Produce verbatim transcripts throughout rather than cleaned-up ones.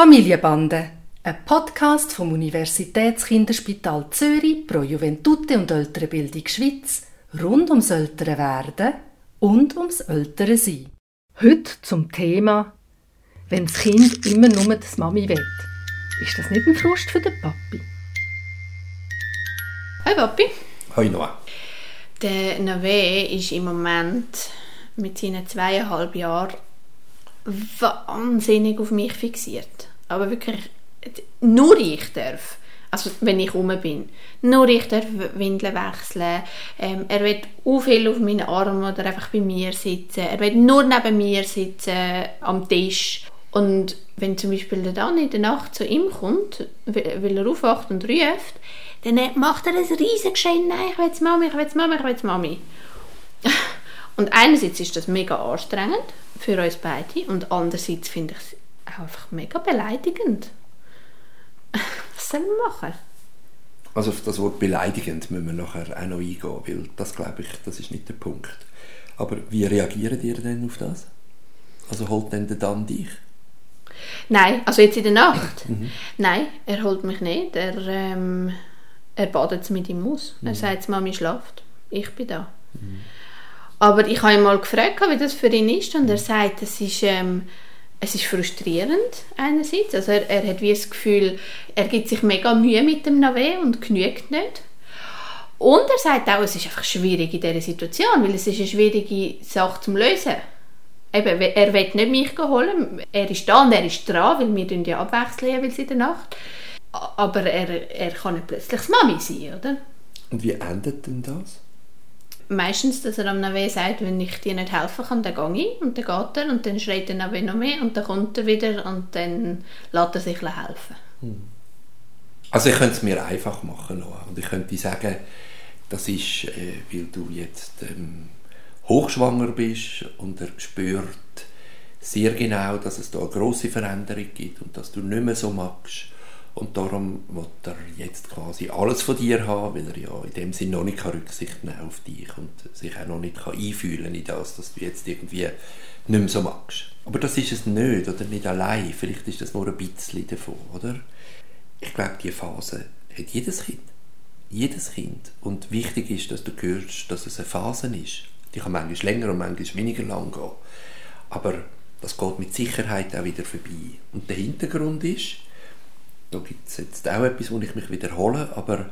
Familienbande, ein Podcast vom Universitätskinderspital Zürich pro Juventute und ältere Bildung Schweiz rund ums ältere Werden und ums ältere Sein. Heute zum Thema, wenn das Kind immer nur das Mami will. Ist das nicht ein Frust für den Papi? Hi Papi. Hi Noah. Der Nave ist im Moment mit seinen zweieinhalb Jahren wahnsinnig auf mich fixiert. Aber wirklich, nur ich darf, also wenn ich rum bin, nur ich darf Windeln wechseln. Ähm, er will auch viel auf meinen Arm oder einfach bei mir sitzen. Er will nur neben mir sitzen, am Tisch. Und wenn zum Beispiel der dann in der Nacht zu ihm kommt, weil er aufwacht und ruft, dann macht er ein riesiges Geschrei, nein, ich will jetzt Mami, ich will jetzt Mami, ich will jetzt Mami. Und einerseits ist das mega anstrengend für uns beide und andererseits finde ich es einfach mega beleidigend. Was soll man machen? Also auf das Wort beleidigend müssen wir nachher auch noch eingehen, weil das, glaube ich, das ist nicht der Punkt. Aber wie reagiert ihr denn auf das? Also holt denn der dann dich? Nein, also jetzt in der Nacht? Mhm. Nein, er holt mich nicht. Er, ähm, er badet es mit ihm aus. Mhm. Er sagt, Mami schläft. Ich bin da. Mhm. Aber ich habe ihn mal gefragt, wie das für ihn ist, und er sagt, es ist, ähm, es ist frustrierend einerseits. Also er, er hat wie das Gefühl, er gibt sich mega Mühe mit dem Nave und genügt nicht. Und er sagt auch, es ist einfach schwierig in dieser Situation, weil es ist eine schwierige Sache zum Lösen. Eben, er will nicht mich holen, er ist da und er ist dran, weil wir ja abwechseln jeweils in der Nacht. Aber er, er kann nicht plötzlich das Mami sein, oder? Und wie endet denn das? Meistens, dass er am Nave sagt, wenn ich dir nicht helfen kann, dann gehe ich. Und dann geht er und dann schreit der Nave noch mehr und dann kommt er wieder und dann lässt er sich helfen. Hm. Also ich könnte es mir einfach machen, Noah. Und ich könnte sagen, das ist, äh, weil du jetzt ähm, hochschwanger bist und er spürt sehr genau, dass es da eine grosse Veränderung gibt und dass du nicht mehr so magst. Und darum will er jetzt quasi alles von dir haben, weil er ja in dem Sinne noch nicht Rücksicht nehmen auf dich und sich auch noch nicht einfühlen in das, dass du jetzt irgendwie nicht mehr so magst. Aber das ist es nicht, oder nicht allein. Vielleicht ist das nur ein bisschen davon, oder? Ich glaube, diese Phase hat jedes Kind. Jedes Kind. Und wichtig ist, dass du hörst, dass es eine Phase ist. Die kann manchmal länger und manchmal weniger lang gehen. Aber das geht mit Sicherheit auch wieder vorbei. Und der Hintergrund ist, da gibt es jetzt auch etwas, wo ich mich wiederhole, aber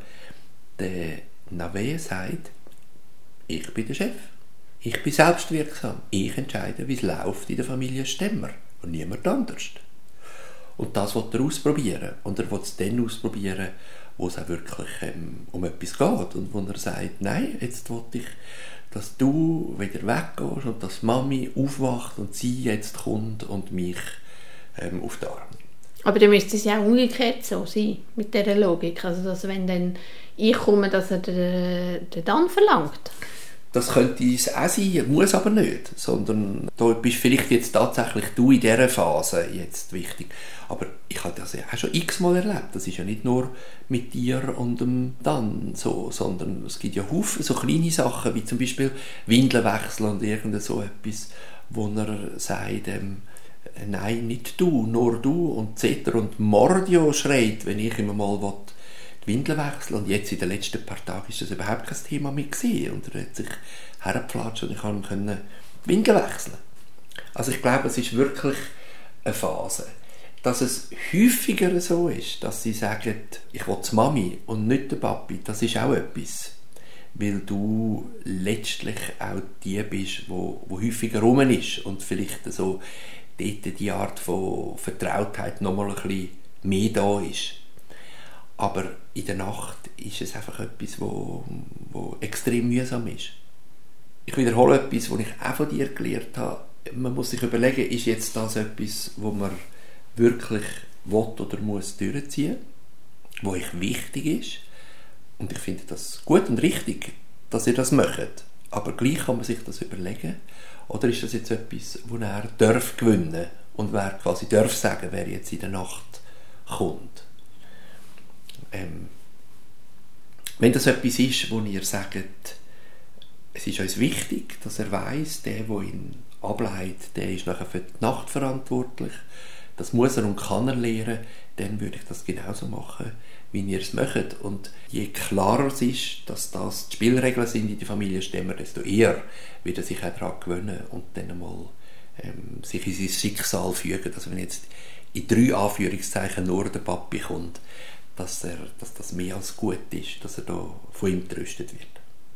der Nave sagt, ich bin der Chef. Ich bin selbstwirksam. Ich entscheide, wie es läuft in der Familie Stemmer und niemand anders. Und das will er ausprobieren. Und er will es dann ausprobieren, wo es auch wirklich ähm, um etwas geht. Und wo er sagt, nein, jetzt will ich, dass du wieder weggehst und dass Mami aufwacht und sie jetzt kommt und mich ähm, auf den Arm nimmt. Aber dann müsste es ja auch umgekehrt so sein, mit dieser Logik. Also, dass wenn dann ich komme, dass er den, den dann verlangt. Das könnte es auch sein, muss aber nicht. Sondern da bist vielleicht jetzt tatsächlich du in dieser Phase jetzt wichtig. Aber ich habe das ja auch schon x-mal erlebt. Das ist ja nicht nur mit dir und dem dann so, sondern es gibt ja Haufen so kleine Sachen, wie zum Beispiel Windeln wechseln und irgend so etwas, wo er sagt, ähm, nein, nicht du, nur du und et cetera. Und Mordio schreit, wenn ich immer mal will, die Windeln wechseln. Und jetzt in den letzten paar Tagen ist das überhaupt kein Thema mehr gewesen. Und er hat sich hergepflatscht und ich konnte die Windeln wechseln. Also ich glaube, es ist wirklich eine Phase. Dass es häufiger so ist, dass sie sagen, ich will die Mami und nicht den Papi, das ist auch etwas. Weil du letztlich auch die bist, wo, wo häufiger rum ist und vielleicht so dort die Art von Vertrautheit noch mal ein bisschen mehr da ist. Aber in der Nacht ist es einfach etwas, wo, wo extrem mühsam ist. Ich wiederhole etwas, was ich auch von dir gelernt habe. Man muss sich überlegen, ist jetzt das etwas, wo man wirklich will oder muss durchziehen, wo euch wichtig ist. Und ich finde das gut und richtig, dass ihr das macht. Aber gleich kann man sich das überlegen. Oder ist das jetzt etwas, wo er darf gewinnen und wer quasi darf sagen, wer jetzt in der Nacht kommt? Ähm, wenn das etwas ist, wo ihr sagt, es ist uns wichtig, dass er weiss, der, der ihn ableitet, der ist nachher für die Nacht verantwortlich, das muss er und kann er lernen, dann würde ich das genauso machen, wie ihr es macht. Und je klarer es ist, dass das die Spielregeln sind in der Familienstämmer, desto eher wird er sich auch daran gewöhnen und dann einmal ähm, sich in sein Schicksal fügen. Also wenn jetzt in drei Anführungszeichen nur der Papi kommt, dass, er, dass das mehr als gut ist, dass er da von ihm getröstet wird.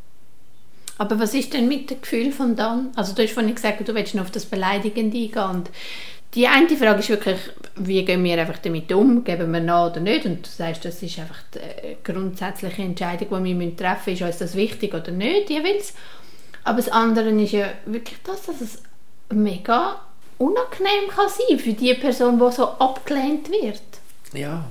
Aber was ist denn mit dem Gefühl von dann? Also du hast vorhin gesagt, du willst noch auf das Beleidigende eingehen. Und die eine Frage ist wirklich, wie gehen wir einfach damit um? Geben wir nach oder nicht? Und du sagst, das ist einfach die grundsätzliche Entscheidung, die wir treffen müssen. Ist uns das wichtig oder nicht jeweils? Aber das andere ist ja wirklich das, dass es mega unangenehm kann sein für die Person, die so abgelehnt wird. Ja.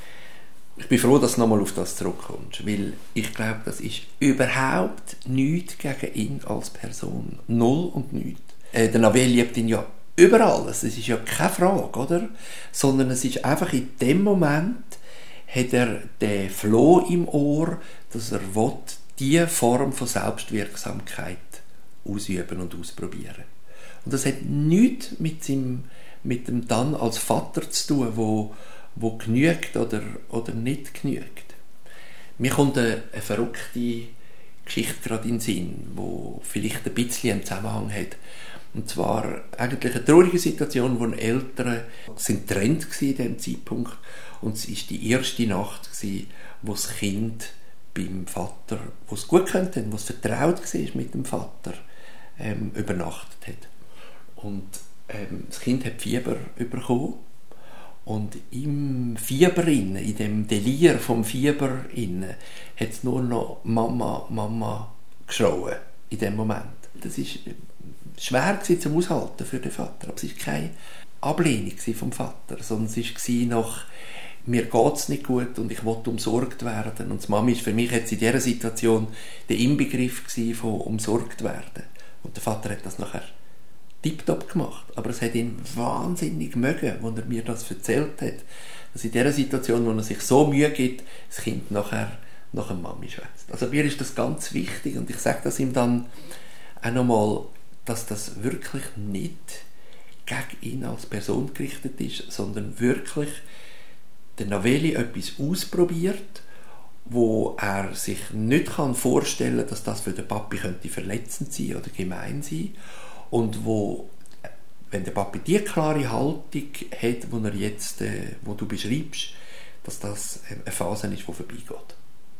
Ich bin froh, dass du nochmal auf das zurückkommst, weil ich glaube, das ist überhaupt nichts gegen ihn als Person. Null und nichts. Äh, der Navel liebt ihn ja über alles. Es ist ja keine Frage, oder? Sondern es ist einfach in dem Moment, hat er den Floh im Ohr, dass er will, diese Form von Selbstwirksamkeit ausüben und ausprobieren. Und das hat nichts mit, seinem, mit dem dann als Vater zu tun, wo wo genügt oder, oder nicht genügt. Mir kommt eine, eine verrückte Geschichte gerade in den Sinn, die vielleicht ein bisschen einen Zusammenhang hat. Und zwar eigentlich eine traurige Situation, wo Eltern sind getrennt waren in diesem Zeitpunkt. Und es war die erste Nacht, wo das Kind beim Vater, wo es gut könnte, wo es vertraut war mit dem Vater, ähm, übernachtet hat. Und ähm, das Kind hat Fieber bekommen. Und im Fieber, in dem Delir vom Fieber, hat es nur noch Mama, Mama geschrien in dem Moment. Das war schwer zum Aushalten für den Vater, aber es war keine Ablehnung vom Vater, sondern es war nach «Mir geht es nicht gut und ich will umsorgt werden». Und die Mama ist für mich jetzt in dieser Situation der Inbegriff von «umsorgt werden». Und der Vater hat das nachher tipptopp gemacht, aber es hat ihn wahnsinnig mögen, als er mir das erzählt hat, dass in dieser Situation, wo er sich so Mühe gibt, das Kind nachher nach dem Mami schwätzt. Also mir ist das ganz wichtig und ich sage das ihm dann auch nochmal, dass das wirklich nicht gegen ihn als Person gerichtet ist, sondern wirklich der Novelli etwas ausprobiert, wo er sich nicht vorstellen kann, dass das für den Papi könnte verletzend sein oder gemein sein. Und wo, wenn der Papi die klare Haltung hat, wo er jetzt, äh, wo du beschreibst, dass das eine Phase ist, die vorbeigeht.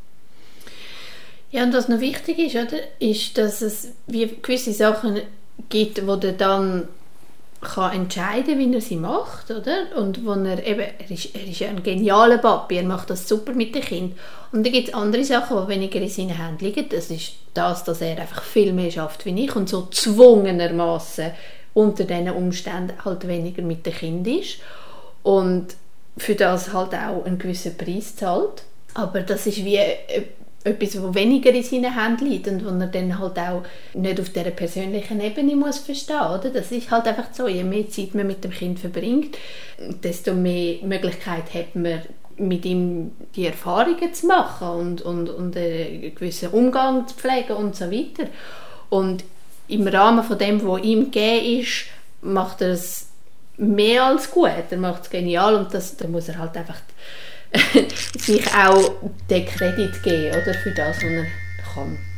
Ja, und was noch wichtig ist, oder, ist, dass es wie gewisse Sachen gibt, wo der dann kann entscheiden, wie er sie macht, oder? Und wo er eben, er ist, er ist ja ein genialer Papi, er macht das super mit dem Kind. Und dann gibt es andere Sachen, die weniger in seinen Händen liegen. Das ist das, dass er einfach viel mehr schafft wie ich und so gezwungenermaßen unter diesen Umständen halt weniger mit dem Kind ist. Und für das halt auch einen gewissen Preis zahlt. Aber das ist wie etwas, das weniger in seinen Händen liegt und wo er dann halt auch nicht auf dieser persönlichen Ebene muss verstehen, oder? Das ist halt einfach so, je mehr Zeit man mit dem Kind verbringt, desto mehr Möglichkeit hat man, mit ihm die Erfahrungen zu machen und, und, und einen gewissen Umgang zu pflegen und so weiter. Und im Rahmen von dem, was ihm gegeben ist, macht er es mehr als gut. Er macht es genial und das, da muss er halt einfach sich auch den Kredit geben, oder, für das, was er kann.